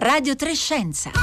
Radio 3 Scienza.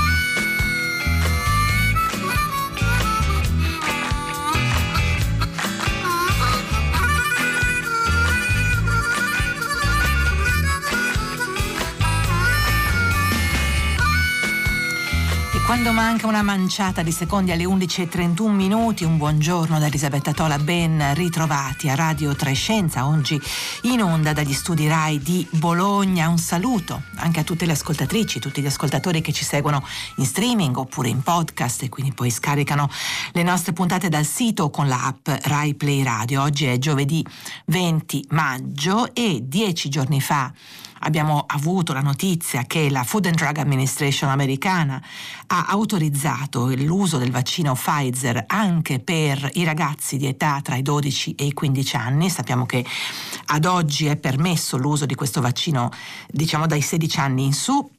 Quando manca una manciata di secondi alle 11:31, un buongiorno da Elisabetta Tola, ben ritrovati a Radio 3 Scienza, oggi in onda dagli studi RAI di Bologna. Un saluto anche a tutte le ascoltatrici, tutti gli ascoltatori che ci seguono in streaming oppure in podcast e quindi poi scaricano le nostre puntate dal sito con l'app RAI Play Radio. Oggi è giovedì 20 maggio e 10 giorni fa abbiamo avuto la notizia che la Food and Drug Administration americana ha autorizzato l'uso del vaccino Pfizer anche per i ragazzi di età tra i 12 e i 15 anni. Sappiamo che ad oggi è permesso l'uso di questo vaccino, diciamo, dai 16 anni in su.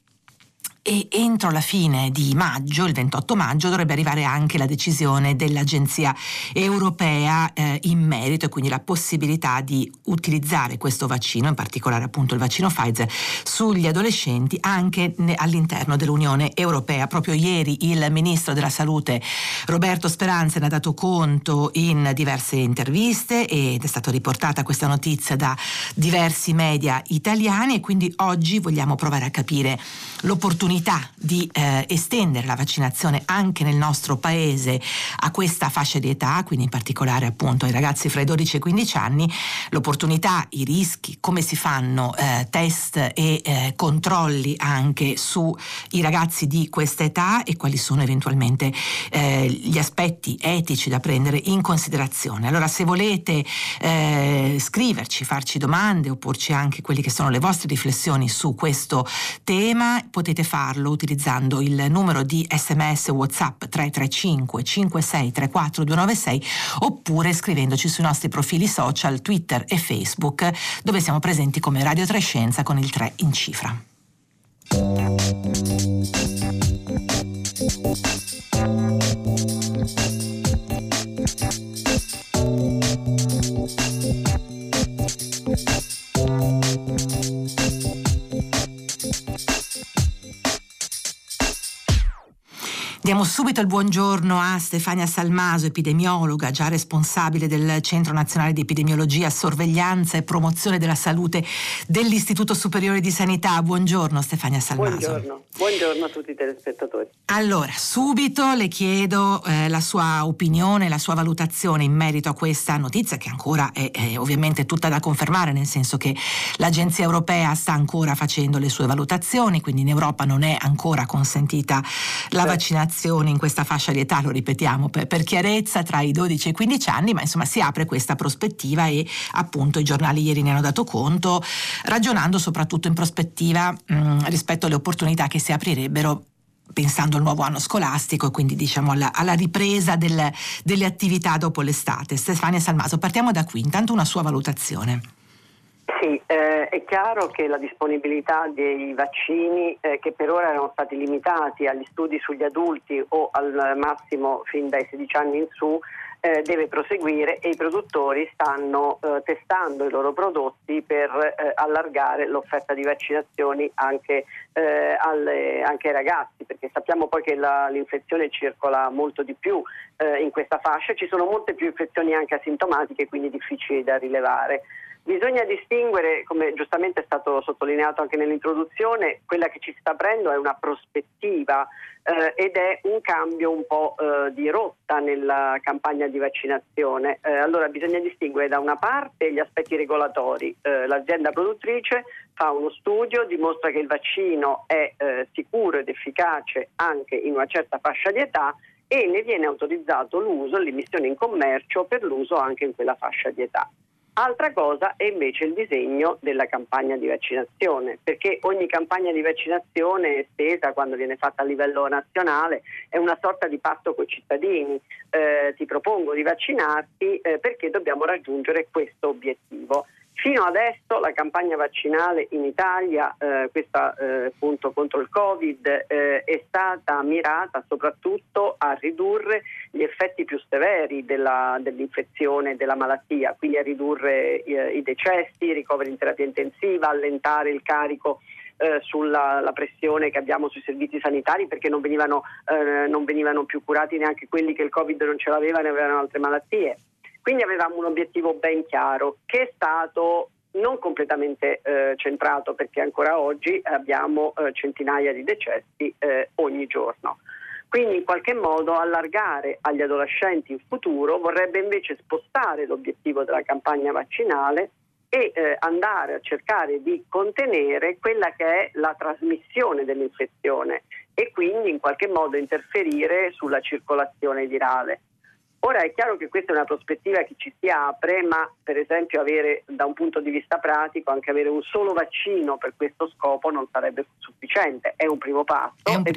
E entro la fine di maggio, il 28 maggio, dovrebbe arrivare anche la decisione dell'Agenzia Europea in merito, e quindi la possibilità di utilizzare questo vaccino, in particolare appunto il vaccino Pfizer, sugli adolescenti anche all'interno dell'Unione Europea. Proprio ieri il Ministro della Salute Roberto Speranza ne ha dato conto in diverse interviste ed è stata riportata questa notizia da diversi media italiani, e quindi oggi vogliamo provare a capire l'opportunità di estendere la vaccinazione anche nel nostro paese a questa fascia di età, quindi in particolare appunto ai ragazzi fra i 12 e i 15 anni, l'opportunità, i rischi, come si fanno test e controlli anche sui ragazzi di questa età e quali sono eventualmente gli aspetti etici da prendere in considerazione. Allora, se volete scriverci, farci domande o porci anche quelli che sono le vostre riflessioni su questo tema, potete farlo utilizzando il numero di SMS WhatsApp 335 56 34 296 oppure scrivendoci sui nostri profili social Twitter e Facebook, dove siamo presenti come Radio 3 Scienza con il 3 in cifra. Diamo subito il buongiorno a Stefania Salmaso, epidemiologa, già responsabile del Centro Nazionale di Epidemiologia, Sorveglianza e Promozione della Salute dell'Istituto Superiore di Sanità. Buongiorno Stefania Salmaso. Buongiorno a tutti i telespettatori. Allora, subito le chiedo la sua opinione, la sua valutazione in merito a questa notizia, che ancora è ovviamente tutta da confermare, nel senso che l'Agenzia Europea sta ancora facendo le sue valutazioni, quindi in Europa non è ancora consentita la vaccinazione in questa fascia di età, lo ripetiamo per chiarezza, tra i 12 e i 15 anni, ma insomma si apre questa prospettiva e appunto i giornali ieri ne hanno dato conto, ragionando soprattutto in prospettiva rispetto alle opportunità che si aprirebbero pensando al nuovo anno scolastico e quindi diciamo alla ripresa delle attività dopo l'estate. Stefania Salmaso, partiamo da qui, intanto una sua valutazione. Sì, è chiaro che la disponibilità dei vaccini, che per ora erano stati limitati agli studi sugli adulti o al massimo fin dai 16 anni in su, deve proseguire, e i produttori stanno testando i loro prodotti per allargare l'offerta di vaccinazioni anche ai ragazzi, perché sappiamo poi che l'infezione circola molto di più in questa fascia, ci sono molte più infezioni anche asintomatiche, quindi difficili da rilevare. Bisogna distinguere, come giustamente è stato sottolineato anche nell'introduzione, quella che ci sta aprendo è una prospettiva ed è un cambio un po' di rotta nella campagna di vaccinazione. Allora bisogna distinguere da una parte gli aspetti regolatori. L'azienda produttrice fa uno studio, dimostra che il vaccino è sicuro ed efficace anche in una certa fascia di età e ne viene autorizzato l'uso, l'immissione in commercio per l'uso anche in quella fascia di età. Altra cosa è invece il disegno della campagna di vaccinazione, perché ogni campagna di vaccinazione estesa, quando viene fatta a livello nazionale, è una sorta di patto con i cittadini. Ti propongo di vaccinarti perché dobbiamo raggiungere questo obiettivo. Fino adesso la campagna vaccinale in Italia, questa appunto contro il Covid, è stata mirata soprattutto a ridurre gli effetti più severi dell'infezione e della malattia, quindi a ridurre i decessi, i ricoveri in terapia intensiva, allentare il carico sulla la pressione che abbiamo sui servizi sanitari, perché non venivano più curati neanche quelli che il Covid non ce l'avevano e avevano altre malattie. Quindi avevamo un obiettivo ben chiaro, che è stato non completamente centrato, perché ancora oggi abbiamo centinaia di decessi ogni giorno. Quindi in qualche modo allargare agli adolescenti in futuro vorrebbe invece spostare l'obiettivo della campagna vaccinale e andare a cercare di contenere quella che è la trasmissione dell'infezione e quindi in qualche modo interferire sulla circolazione virale. Ora è chiaro che questa è una prospettiva che ci si apre, ma per esempio avere da un punto di vista pratico anche avere un solo vaccino per questo scopo non sarebbe sufficiente. È un primo passo ed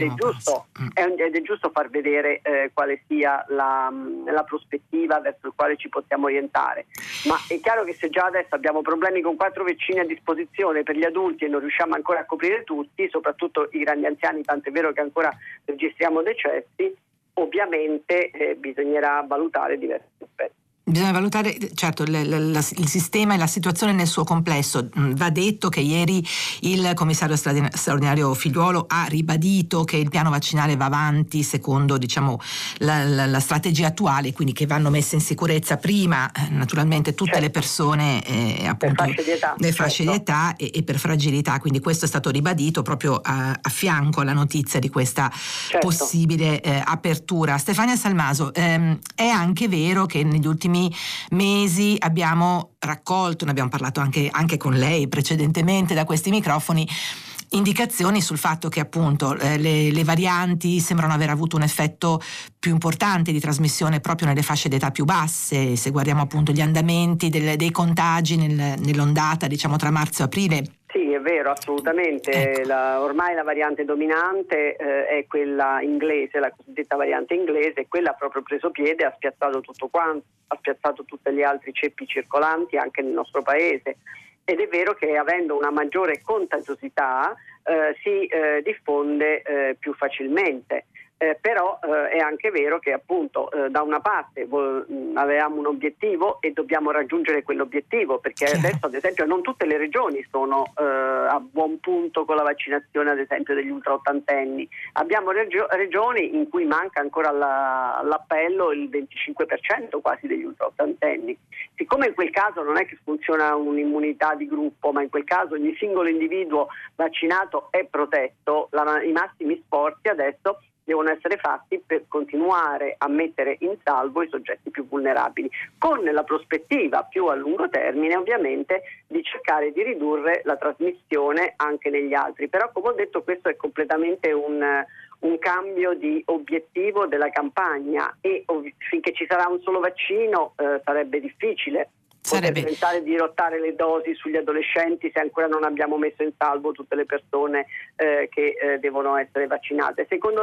è giusto far vedere quale sia la prospettiva verso il quale ci possiamo orientare. Ma è chiaro che se già adesso abbiamo problemi con 4 vaccini a disposizione per gli adulti e non riusciamo ancora a coprire tutti, soprattutto i grandi anziani, tant'è vero che ancora registriamo decessi, ovviamente bisognerà valutare diversi aspetti. Bisogna valutare, certo, il sistema e la situazione nel suo complesso. Va detto che ieri il commissario straordinario Figliuolo ha ribadito che il piano vaccinale va avanti secondo, diciamo, la strategia attuale, quindi che vanno messe in sicurezza prima naturalmente tutte le persone appunto le fasce di età e per fragilità, quindi questo è stato ribadito proprio a fianco alla notizia di questa possibile apertura. Stefania Salmaso, è anche vero che negli ultimi mesi abbiamo raccolto, ne abbiamo parlato anche con lei precedentemente da questi microfoni, indicazioni sul fatto che appunto le varianti sembrano aver avuto un effetto più importante di trasmissione proprio nelle fasce d'età più basse, se guardiamo appunto gli andamenti dei contagi nell'ondata, diciamo, tra marzo e aprile. Sì, è vero, assolutamente. Ecco. Ormai la variante dominante è quella inglese, la cosiddetta variante inglese, e quella ha proprio preso piede, ha spiazzato tutto quanto, ha spiazzato tutti gli altri ceppi circolanti anche nel nostro paese. Ed è vero che avendo una maggiore contagiosità si diffonde più facilmente. Però è anche vero che appunto da una parte avevamo un obiettivo e dobbiamo raggiungere quell'obiettivo, perché adesso ad esempio non tutte le regioni sono a buon punto con la vaccinazione ad esempio degli ultraottantenni. Abbiamo regioni in cui manca ancora all'appello il 25% quasi degli ultraottantenni. Siccome in quel caso non è che funziona un'immunità di gruppo, ma in quel caso ogni singolo individuo vaccinato è protetto, i massimi sforzi adesso devono essere fatti per continuare a mettere in salvo i soggetti più vulnerabili, con la prospettiva più a lungo termine ovviamente di cercare di ridurre la trasmissione anche negli altri. Però come ho detto questo è completamente un cambio di obiettivo della campagna e finché ci sarà un solo vaccino sarebbe difficile poter pensare di dirottare le dosi sugli adolescenti se ancora non abbiamo messo in salvo tutte le persone che devono essere vaccinate. Secondo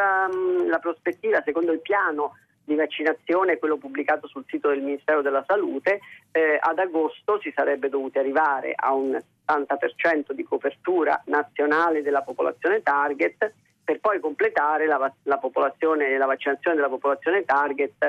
la prospettiva, secondo il piano di vaccinazione, quello pubblicato sul sito del Ministero della Salute, ad agosto si sarebbe dovuti arrivare a un 70% di copertura nazionale della popolazione target, per poi completare la vaccinazione della popolazione target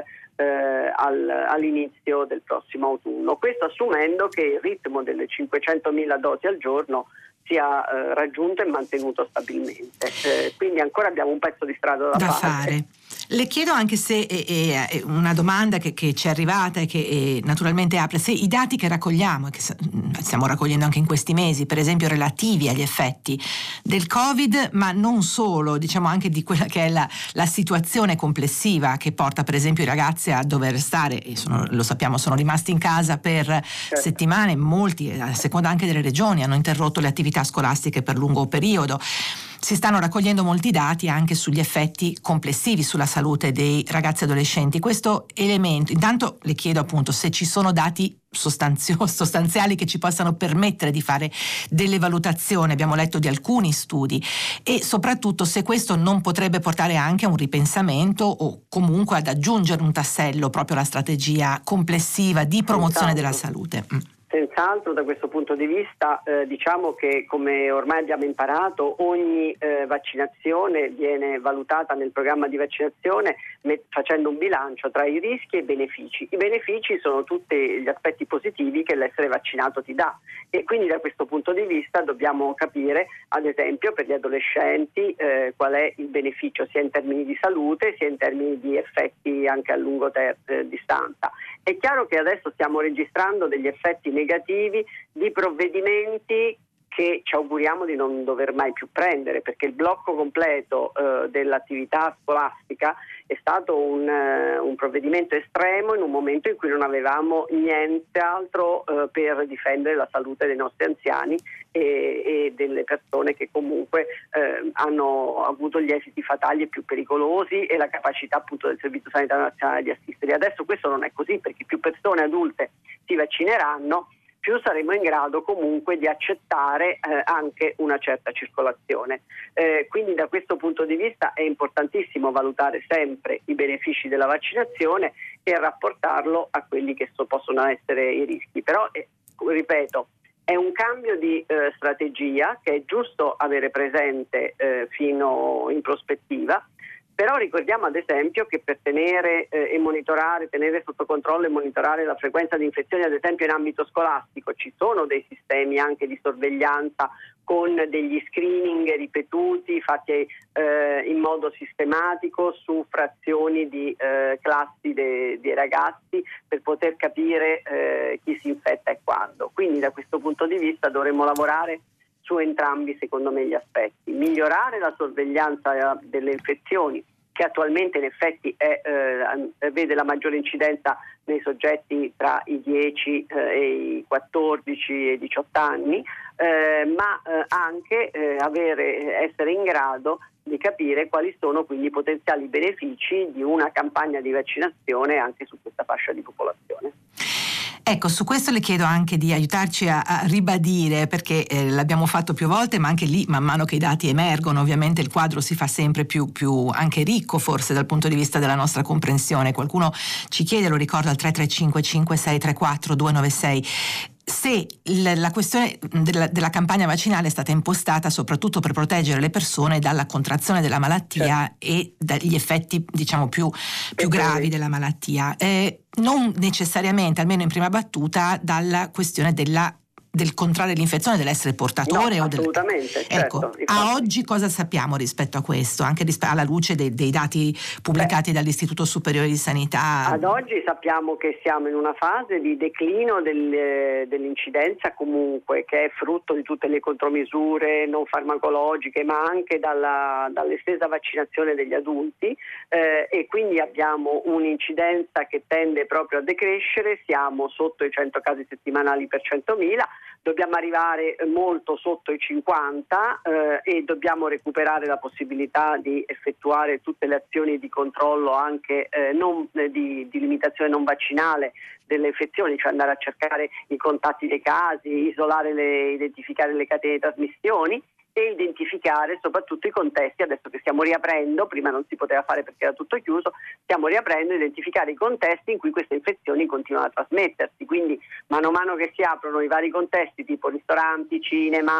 all'inizio del prossimo autunno. Questo assumendo che il ritmo delle 500.000 dosi al giorno sia raggiunto e mantenuto stabilmente. Quindi ancora abbiamo un pezzo di strada da fare. Le chiedo anche se è una domanda che ci è arrivata e che naturalmente apre, se i dati che raccogliamo e che stiamo raccogliendo anche in questi mesi, per esempio relativi agli effetti del Covid, ma non solo, diciamo anche di quella che è la situazione complessiva che porta per esempio i ragazzi a dover stare, e lo sappiamo, sono rimasti in casa per settimane, molti, a seconda anche delle regioni, hanno interrotto le attività scolastiche per lungo periodo. Si stanno raccogliendo molti dati anche sugli effetti complessivi sulla salute dei ragazzi e adolescenti. Questo elemento, intanto le chiedo appunto se ci sono dati sostanziali che ci possano permettere di fare delle valutazioni, abbiamo letto di alcuni studi, e soprattutto se questo non potrebbe portare anche a un ripensamento o comunque ad aggiungere un tassello proprio alla strategia complessiva di promozione della salute. Senz'altro da questo punto di vista diciamo che, come ormai abbiamo imparato, ogni vaccinazione viene valutata nel programma di vaccinazione facendo un bilancio tra i rischi e i benefici. I benefici sono tutti gli aspetti positivi che l'essere vaccinato ti dà, e quindi da questo punto di vista dobbiamo capire, ad esempio per gli adolescenti, qual è il beneficio sia in termini di salute sia in termini di effetti anche a lungo distanza. È chiaro che adesso stiamo registrando degli effetti negativi di provvedimenti che ci auguriamo di non dover mai più prendere, perché il blocco completo dell'attività scolastica è stato un provvedimento estremo in un momento in cui non avevamo niente altro per difendere la salute dei nostri anziani e delle persone che comunque hanno avuto gli esiti fatali e più pericolosi, e la capacità appunto del Servizio Sanitario Nazionale di assisterli. Adesso questo non è così, perché più persone adulte si vaccineranno, più saremo in grado comunque di accettare anche una certa circolazione. Quindi da questo punto di vista è importantissimo valutare sempre i benefici della vaccinazione e rapportarlo a quelli che possono essere i rischi. Però, ripeto, è un cambio di strategia che è giusto avere presente fino in prospettiva. Però ricordiamo ad esempio che per tenere sotto controllo e monitorare la frequenza di infezioni, ad esempio in ambito scolastico, ci sono dei sistemi anche di sorveglianza con degli screening ripetuti fatti in modo sistematico su frazioni di classi dei ragazzi, per poter capire chi si infetta e quando. Quindi da questo punto di vista dovremmo lavorare su entrambi, secondo me, gli aspetti. Migliorare la sorveglianza delle infezioni, che attualmente in effetti vede la maggiore incidenza nei soggetti tra i 10 e i 14 e i 18 anni, ma anche essere in grado di capire quali sono quindi i potenziali benefici di una campagna di vaccinazione anche su questa fascia di popolazione. Ecco, su questo le chiedo anche di aiutarci a ribadire, perché l'abbiamo fatto più volte, ma anche lì, man mano che i dati emergono, ovviamente il quadro si fa sempre più anche ricco, forse dal punto di vista della nostra comprensione. Qualcuno ci chiede, lo ricordo, al 335 5634 296, se la questione della campagna vaccinale è stata impostata soprattutto per proteggere le persone dalla contrazione della malattia, certo, e dagli effetti, diciamo, più gravi della malattia, non necessariamente, almeno in prima battuta, dalla questione del contrarre l'infezione, dell'essere portatore. No, assolutamente, certo. Ecco, a oggi cosa sappiamo rispetto a questo, anche alla luce dei dati pubblicati dall'Istituto Superiore di Sanità? Ad oggi sappiamo che siamo in una fase di declino dell'incidenza, comunque, che è frutto di tutte le contromisure non farmacologiche, ma anche dall'estesa vaccinazione degli adulti, e quindi abbiamo un'incidenza che tende proprio a decrescere. Siamo sotto i 100 casi settimanali per 100.000. Dobbiamo arrivare molto sotto i 50 e dobbiamo recuperare la possibilità di effettuare tutte le azioni di controllo anche di limitazione non vaccinale delle infezioni, cioè andare a cercare i contatti dei casi, identificare le catene di trasmissioni e identificare soprattutto i contesti. Adesso che stiamo riaprendo, prima non si poteva fare perché era tutto chiuso, stiamo riaprendo, identificare i contesti in cui queste infezioni continuano a trasmettersi. Quindi mano a mano che si aprono i vari contesti, tipo ristoranti, cinema,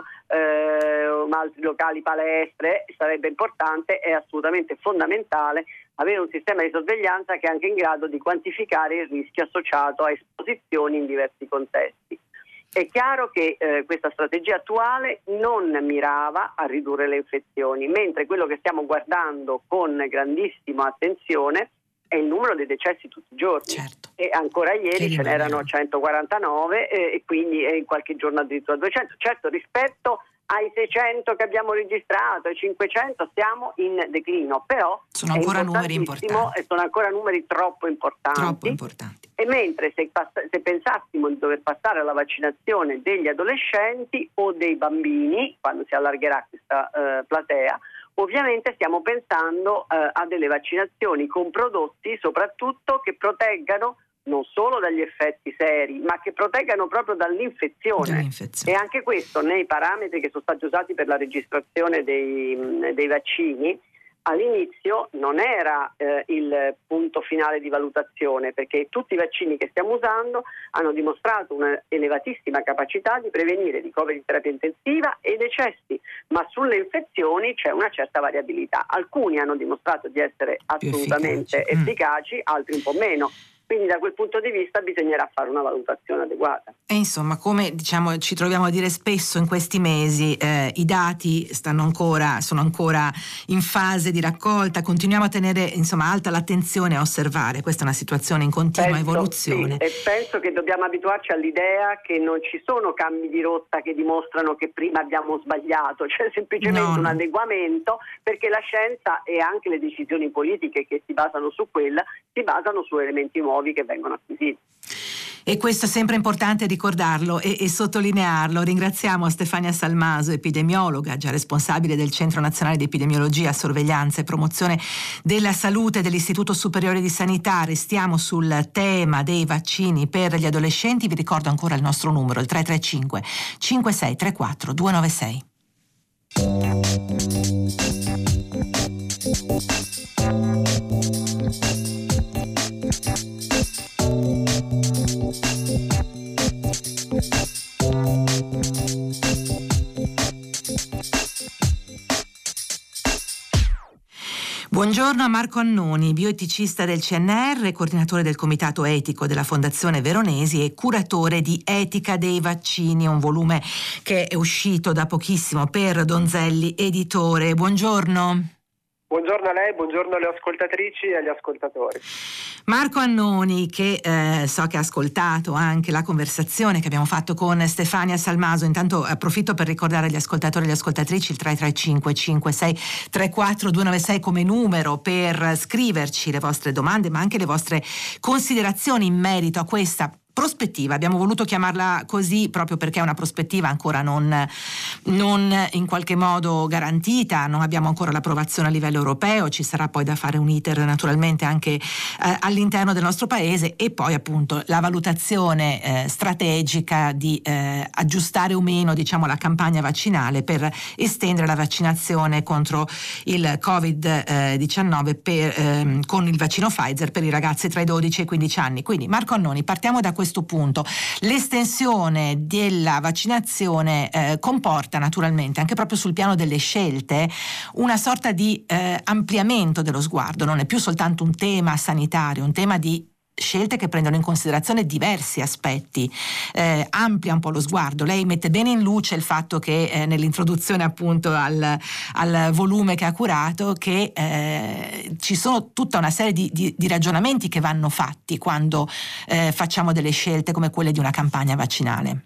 altri locali, palestre, sarebbe importante, è assolutamente fondamentale avere un sistema di sorveglianza che è anche in grado di quantificare il rischio associato a esposizioni in diversi contesti. È chiaro che questa strategia attuale non mirava a ridurre le infezioni, mentre quello che stiamo guardando con grandissima attenzione è il numero dei decessi tutti i giorni. Certo. E ancora ieri ce n'erano 149 e quindi in qualche giorno addirittura 200. Certo, rispetto ai 600 che abbiamo registrato, ai 500 siamo in declino, però sono ancora numeri importanti. E sono ancora numeri troppo importanti. E mentre se pensassimo di dover passare alla vaccinazione degli adolescenti o dei bambini, quando si allargherà questa platea, ovviamente stiamo pensando a delle vaccinazioni con prodotti soprattutto che proteggano non solo dagli effetti seri, ma che proteggano proprio dall'infezione. E anche questo nei parametri che sono stati usati per la registrazione dei vaccini all'inizio non era il punto finale di valutazione, perché tutti i vaccini che stiamo usando hanno dimostrato una elevatissima capacità di prevenire ricoveri di terapia intensiva e decessi, ma sulle infezioni c'è una certa variabilità. Alcuni hanno dimostrato di essere assolutamente efficaci, altri un po' meno. Quindi da quel punto di vista bisognerà fare una valutazione adeguata. E insomma, come ci troviamo a dire spesso in questi mesi, i dati sono ancora in fase di raccolta, continuiamo a tenere alta l'attenzione a osservare, questa è una situazione in continua evoluzione. Sì, e penso che dobbiamo abituarci all'idea che non ci sono cambi di rotta che dimostrano che prima abbiamo sbagliato, c'è semplicemente un adeguamento, perché la scienza e anche le decisioni politiche che si basano su quella si basano su elementi nuovi che vengono acquisiti. E questo è sempre importante ricordarlo e sottolinearlo. Ringraziamo Stefania Salmaso, epidemiologa, già responsabile del Centro Nazionale di Epidemiologia, Sorveglianza e Promozione della Salute dell'Istituto Superiore di Sanità. Restiamo sul tema dei vaccini per gli adolescenti. Vi ricordo ancora il nostro numero, il 335 5634 296. Buongiorno a Marco Annoni, bioeticista del CNR, coordinatore del Comitato Etico della Fondazione Veronesi e curatore di Etica dei Vaccini, un volume che è uscito da pochissimo per Donzelli Editore. Buongiorno. Buongiorno a lei, buongiorno alle ascoltatrici e agli ascoltatori. Marco Annoni, che so che ha ascoltato anche la conversazione che abbiamo fatto con Stefania Salmaso. Intanto approfitto per ricordare agli ascoltatori e alle ascoltatrici il 335 5634 296 come numero per scriverci le vostre domande, ma anche le vostre considerazioni in merito a questa prospettiva. Abbiamo voluto chiamarla così proprio perché è una prospettiva ancora non in qualche modo garantita, non abbiamo ancora l'approvazione a livello europeo, ci sarà poi da fare un iter naturalmente anche all'interno del nostro paese, e poi appunto la valutazione strategica di aggiustare o meno la campagna vaccinale per estendere la vaccinazione contro il Covid-19 con il vaccino Pfizer per i ragazzi tra i 12 e i 15 anni. Quindi Marco Annoni, partiamo da questo punto. L'estensione della vaccinazione comporta naturalmente anche proprio sul piano delle scelte una sorta di ampliamento dello sguardo, non è più soltanto un tema sanitario, un tema di scelte che prendono in considerazione diversi aspetti, amplia un po' lo sguardo. Lei mette bene in luce il fatto che nell'introduzione appunto al volume che ha curato che ci sono tutta una serie di ragionamenti che vanno fatti quando facciamo delle scelte come quelle di una campagna vaccinale.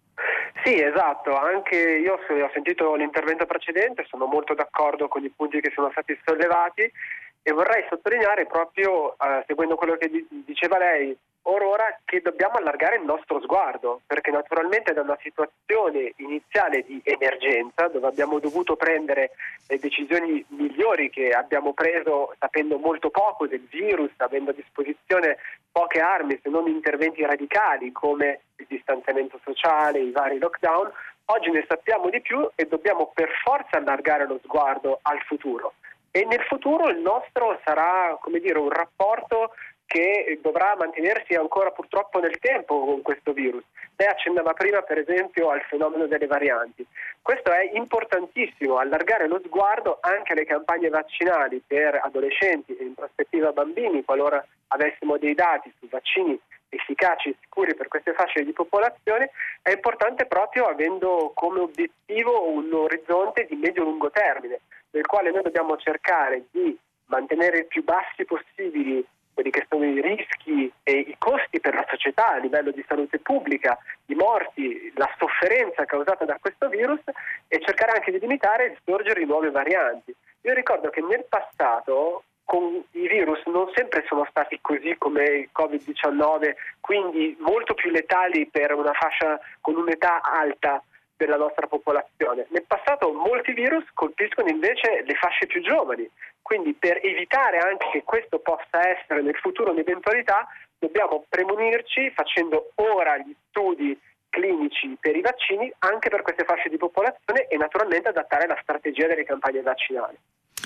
Sì, esatto, anche io ho sentito l'intervento precedente, sono molto d'accordo con i punti che sono stati sollevati e vorrei sottolineare proprio, seguendo quello che diceva lei ora, che dobbiamo allargare il nostro sguardo, perché naturalmente da una situazione iniziale di emergenza, dove abbiamo dovuto prendere le decisioni migliori che abbiamo preso sapendo molto poco del virus, avendo a disposizione poche armi, se non interventi radicali come il distanziamento sociale, i vari lockdown, oggi ne sappiamo di più e dobbiamo per forza allargare lo sguardo al futuro. E nel futuro il nostro sarà, un rapporto che dovrà mantenersi ancora purtroppo nel tempo con questo virus. Lei accennava prima per esempio al fenomeno delle varianti. Questo è importantissimo, allargare lo sguardo anche alle campagne vaccinali per adolescenti e in prospettiva bambini, qualora avessimo dei dati su vaccini efficaci e sicuri per queste fasce di popolazione. È importante proprio avendo come obiettivo un orizzonte di medio-lungo termine, nel quale noi dobbiamo cercare di mantenere il più bassi possibili quelli che sono i rischi e i costi per la società a livello di salute pubblica, i morti, la sofferenza causata da questo virus, e cercare anche di limitare il sorgere di nuove varianti. Io ricordo che nel passato con i virus non sempre sono stati così come il Covid-19, quindi molto più letali per una fascia con un'età alta della nostra popolazione. Nel passato molti virus colpiscono invece le fasce più giovani, quindi per evitare anche che questo possa essere nel futuro un'eventualità dobbiamo premunirci facendo ora gli studi clinici per i vaccini anche per queste fasce di popolazione e naturalmente adattare la strategia delle campagne vaccinali.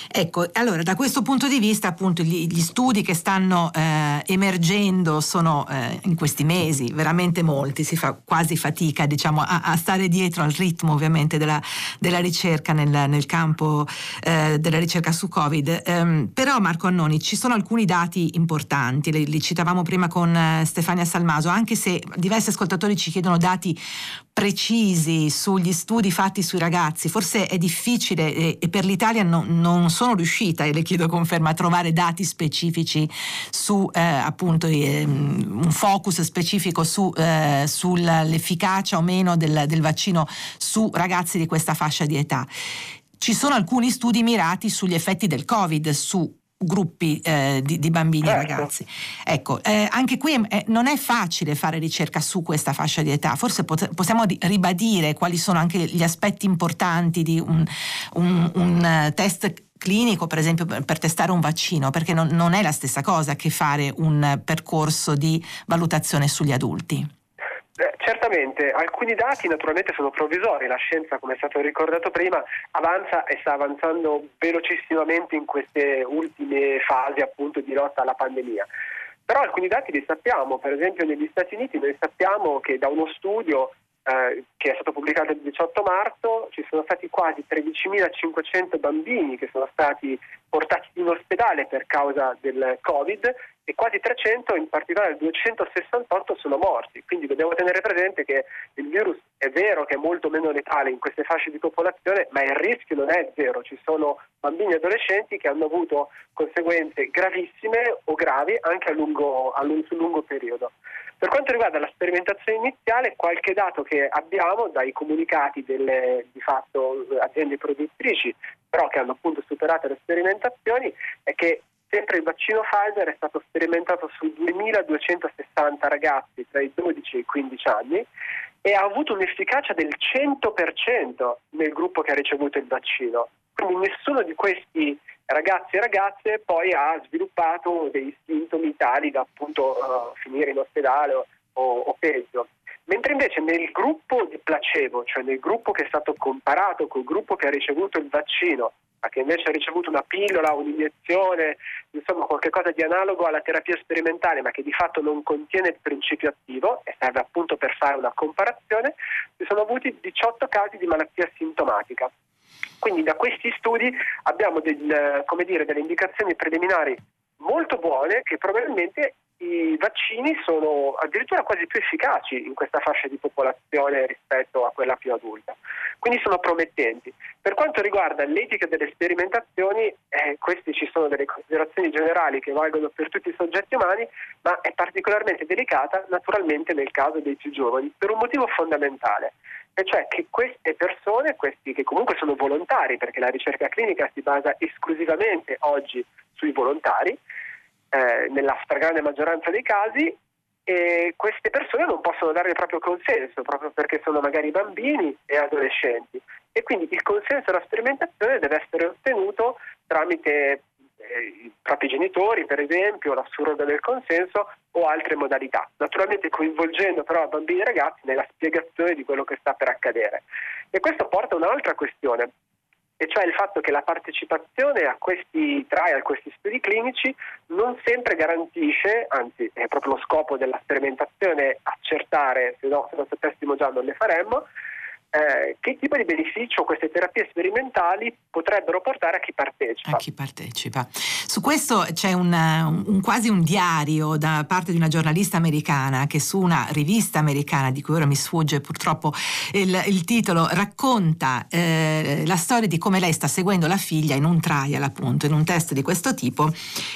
Ecco, allora da questo punto di vista appunto gli studi che stanno emergendo sono in questi mesi veramente molti, si fa quasi fatica diciamo a stare dietro al ritmo ovviamente della ricerca nel campo della ricerca su Covid, però Marco Annoni ci sono alcuni dati importanti, li citavamo prima con Stefania Salmaso, anche se diversi ascoltatori ci chiedono dati precisi sugli studi fatti sui ragazzi, forse è difficile e per l'Italia non sono riuscita, e le chiedo conferma, a trovare dati specifici su appunto un focus specifico sull'efficacia o meno del vaccino su ragazzi di questa fascia di età. Ci sono alcuni studi mirati sugli effetti del Covid su gruppi di bambini e ragazzi. Ecco, anche qui non è facile fare ricerca su questa fascia di età. Forse possiamo ribadire quali sono anche gli aspetti importanti di un test clinico, per esempio, per testare un vaccino, perché non è la stessa cosa che fare un percorso di valutazione sugli adulti. Certamente, alcuni dati naturalmente sono provvisori, la scienza, come è stato ricordato prima, avanza e sta avanzando velocissimamente in queste ultime fasi appunto di lotta alla pandemia. Però alcuni dati li sappiamo, per esempio negli Stati Uniti noi sappiamo che da uno studio che è stato pubblicato il 18 marzo ci sono stati quasi 13.500 bambini che sono stati portati in ospedale per causa del Covid e quasi 300, in particolare 268, sono morti. Quindi dobbiamo tenere presente che il virus è vero che è molto meno letale in queste fasce di popolazione, ma il rischio non è zero. Ci sono bambini e adolescenti che hanno avuto conseguenze gravissime o gravi anche sul lungo periodo. Per quanto riguarda la sperimentazione iniziale, qualche dato che abbiamo dai comunicati delle di fatto aziende produttrici, però che hanno appunto superato le sperimentazioni, è che sempre il vaccino Pfizer è stato sperimentato su 2.260 ragazzi tra i 12 e i 15 anni e ha avuto un'efficacia del 100% nel gruppo che ha ricevuto il vaccino. Quindi nessuno di questi ragazzi e ragazze poi ha sviluppato dei sintomi tali da appunto finire in ospedale o peggio. Mentre invece nel gruppo di placebo, cioè nel gruppo che è stato comparato col gruppo che ha ricevuto il vaccino, ma che invece ha ricevuto una pillola, un'iniezione, insomma qualche cosa di analogo alla terapia sperimentale, ma che di fatto non contiene il principio attivo e serve appunto per fare una comparazione, si sono avuti 18 casi di malattia sintomatica. Quindi da questi studi abbiamo delle indicazioni preliminari molto buone che probabilmente i vaccini sono addirittura quasi più efficaci in questa fascia di popolazione rispetto a quella più adulta. Quindi sono promettenti. Per quanto riguarda l'etica delle sperimentazioni, queste ci sono delle considerazioni generali che valgono per tutti i soggetti umani, ma è particolarmente delicata naturalmente nel caso dei più giovani, per un motivo fondamentale. E cioè che queste persone, questi che comunque sono volontari, perché la ricerca clinica si basa esclusivamente oggi sui volontari, nella stragrande maggioranza dei casi, e queste persone non possono dare il proprio consenso, proprio perché sono magari bambini e adolescenti. E quindi il consenso alla sperimentazione deve essere ottenuto tramite i propri genitori, per esempio, la surroga del consenso o altre modalità, naturalmente coinvolgendo però bambini e ragazzi nella spiegazione di quello che sta per accadere. E questo porta a un'altra questione, e cioè il fatto che la partecipazione a questi trial, a questi studi clinici, non sempre garantisce, anzi è proprio lo scopo della sperimentazione accertare, se non sapessimo già non le faremmo, che tipo di beneficio queste terapie sperimentali potrebbero portare a chi partecipa. A chi partecipa. Su questo c'è quasi un diario da parte di una giornalista americana che su una rivista americana, di cui ora mi sfugge purtroppo il titolo, racconta la storia di come lei sta seguendo la figlia in un trial, appunto, in un test di questo tipo,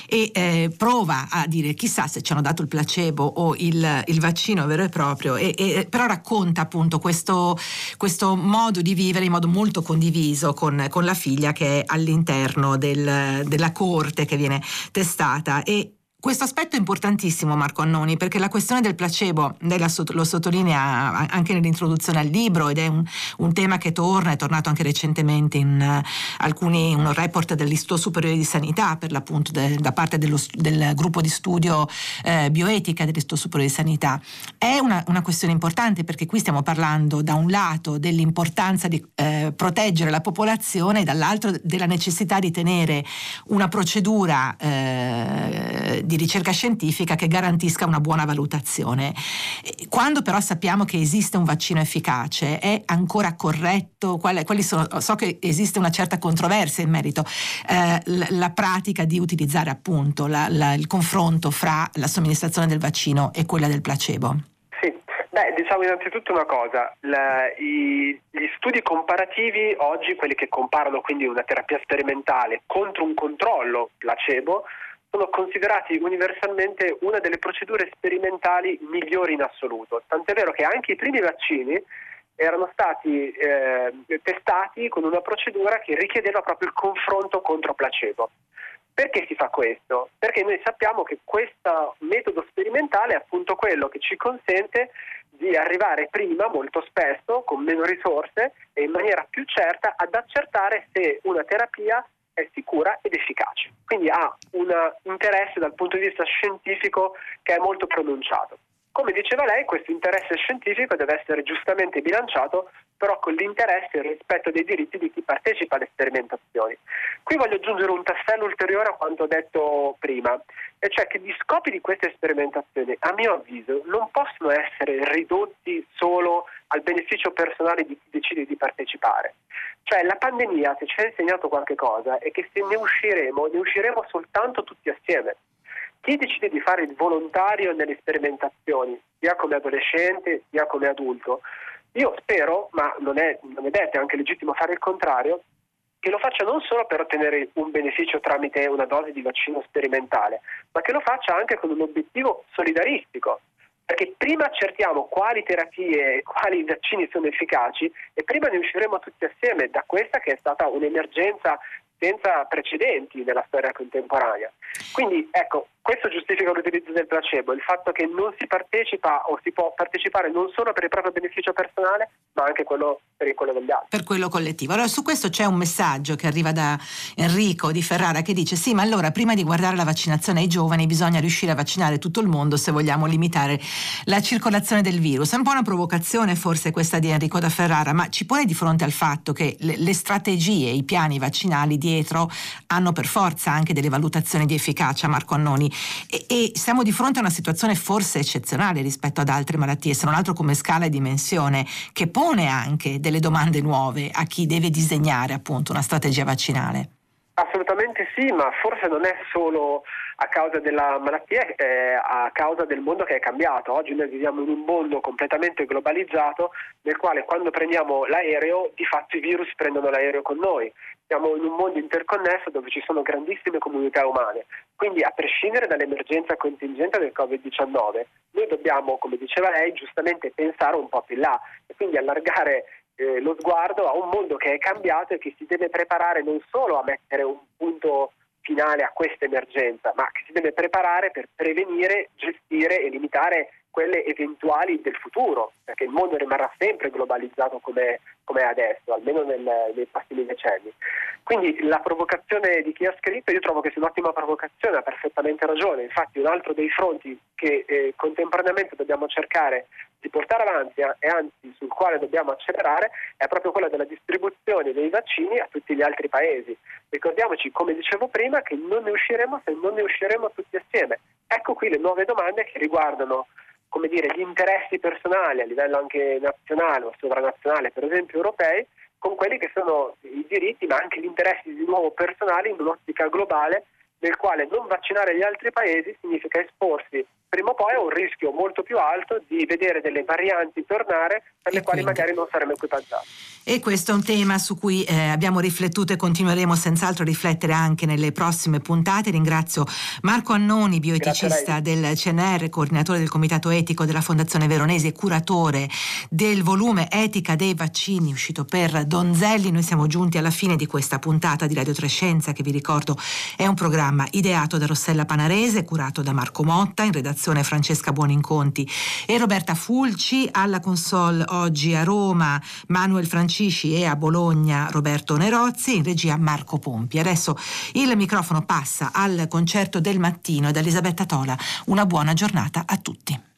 e prova a dire chissà se ci hanno dato il placebo o il vaccino vero e proprio, però racconta appunto questo modo di vivere in modo molto condiviso con la figlia che è all'interno della corte che viene testata, e Questo aspetto è importantissimo, Marco Annoni, perché la questione del placebo, lei lo sottolinea anche nell'introduzione al libro, ed è un tema che è tornato anche recentemente in un report dell'Istituto Superiore di Sanità, per l'appunto da parte del gruppo di studio bioetica dell'Istituto Superiore di Sanità. È una questione importante, perché qui stiamo parlando da un lato dell'importanza di proteggere la popolazione e dall'altro della necessità di tenere una procedura di ricerca scientifica che garantisca una buona valutazione. Quando però sappiamo che esiste un vaccino efficace, è ancora corretto? Quali sono? So che esiste una certa controversia in merito, la pratica di utilizzare appunto il confronto fra la somministrazione del vaccino e quella del placebo. Diciamo innanzitutto una cosa, gli studi comparativi oggi, quelli che comparano quindi una terapia sperimentale contro un controllo placebo, sono considerati universalmente una delle procedure sperimentali migliori in assoluto. Tant'è vero che anche i primi vaccini erano stati testati con una procedura che richiedeva proprio il confronto contro placebo. Perché si fa questo? Perché noi sappiamo che questo metodo sperimentale è appunto quello che ci consente di arrivare prima, molto spesso, con meno risorse e in maniera più certa, ad accertare se una terapia è sicura ed efficace. Quindi ha un interesse dal punto di vista scientifico che è molto pronunciato. Come diceva lei, questo interesse scientifico deve essere giustamente bilanciato però con l'interesse e il rispetto dei diritti di chi partecipa alle sperimentazioni. Qui voglio aggiungere un tassello ulteriore a quanto detto prima, e cioè che gli scopi di queste sperimentazioni, a mio avviso, non possono essere ridotti solo al beneficio personale di chi decide di partecipare. Cioè la pandemia, se ci ha insegnato qualche cosa, è che se ne usciremo soltanto tutti assieme. Chi decide di fare il volontario nelle sperimentazioni, sia come adolescente sia come adulto, io spero, ma non è detto, è anche legittimo fare il contrario, che lo faccia non solo per ottenere un beneficio tramite una dose di vaccino sperimentale, ma che lo faccia anche con un obiettivo solidaristico. Perché prima accertiamo quali terapie e quali vaccini sono efficaci e prima ne usciremo tutti assieme da questa che è stata un'emergenza senza precedenti nella storia contemporanea. Quindi ecco, questo giustifica l'utilizzo del placebo, il fatto che non si partecipa o si può partecipare non solo per il proprio beneficio personale, ma anche quello per quello degli altri. Per quello collettivo. Allora su questo c'è un messaggio che arriva da Enrico di Ferrara che dice: sì, ma allora prima di guardare la vaccinazione ai giovani bisogna riuscire a vaccinare tutto il mondo se vogliamo limitare la circolazione del virus. È un po' una provocazione forse questa di Enrico da Ferrara, ma ci pone di fronte al fatto che le strategie, i piani vaccinali dietro hanno per forza anche delle valutazioni di efficacia, Marco Annoni, e siamo di fronte a una situazione forse eccezionale rispetto ad altre malattie, se non altro come scala e dimensione, che pone anche delle domande nuove a chi deve disegnare appunto una strategia vaccinale. Assolutamente sì, ma forse non è solo a causa della malattia, è a causa del mondo che è cambiato. Oggi noi viviamo in un mondo completamente globalizzato nel quale quando prendiamo l'aereo di fatto i virus prendono l'aereo con noi. Siamo in un mondo interconnesso dove ci sono grandissime comunità umane, quindi a prescindere dall'emergenza contingente del Covid-19 noi dobbiamo, come diceva lei, giustamente pensare un po' più in là e quindi allargare lo sguardo a un mondo che è cambiato e che si deve preparare non solo a mettere un punto finale a questa emergenza, ma che si deve preparare per prevenire, gestire e limitare quelle eventuali del futuro, perché il mondo rimarrà sempre globalizzato come è adesso, almeno nei prossimi decenni. Quindi la provocazione di chi ha scritto, io trovo che sia un'ottima provocazione, ha perfettamente ragione. Infatti un altro dei fronti che contemporaneamente dobbiamo cercare di portare avanti e anzi sul quale dobbiamo accelerare è proprio quello della distribuzione dei vaccini a tutti gli altri paesi. Ricordiamoci, come dicevo prima, che non ne usciremo se non ne usciremo tutti assieme. Ecco qui le nuove domande che riguardano, come dire, gli interessi personali a livello anche nazionale o sovranazionale, per esempio europei, con quelli che sono i diritti ma anche gli interessi di nuovo personali in un'ottica globale nel quale non vaccinare gli altri paesi significa esporsi prima o poi ha un rischio molto più alto di vedere delle varianti tornare per le quali magari non saremo equipaggiati. E questo è un tema su cui abbiamo riflettuto e continueremo senz'altro a riflettere anche nelle prossime puntate. Ringrazio Marco Annoni, bioeticista del CNR, coordinatore del Comitato Etico della Fondazione Veronesi e curatore del volume Etica dei vaccini uscito per Donzelli. Noi siamo giunti alla fine di questa puntata di Radio Trescenza, che vi ricordo è un programma ideato da Rossella Panarese, curato da Marco Motta, in redazione Francesca Buoninconti e Roberta Fulci, alla console oggi a Roma Manuel Francisci e a Bologna Roberto Nerozzi, in regia Marco Pompi. Adesso il microfono passa al concerto del mattino ed Elisabetta Tola. Una buona giornata a tutti.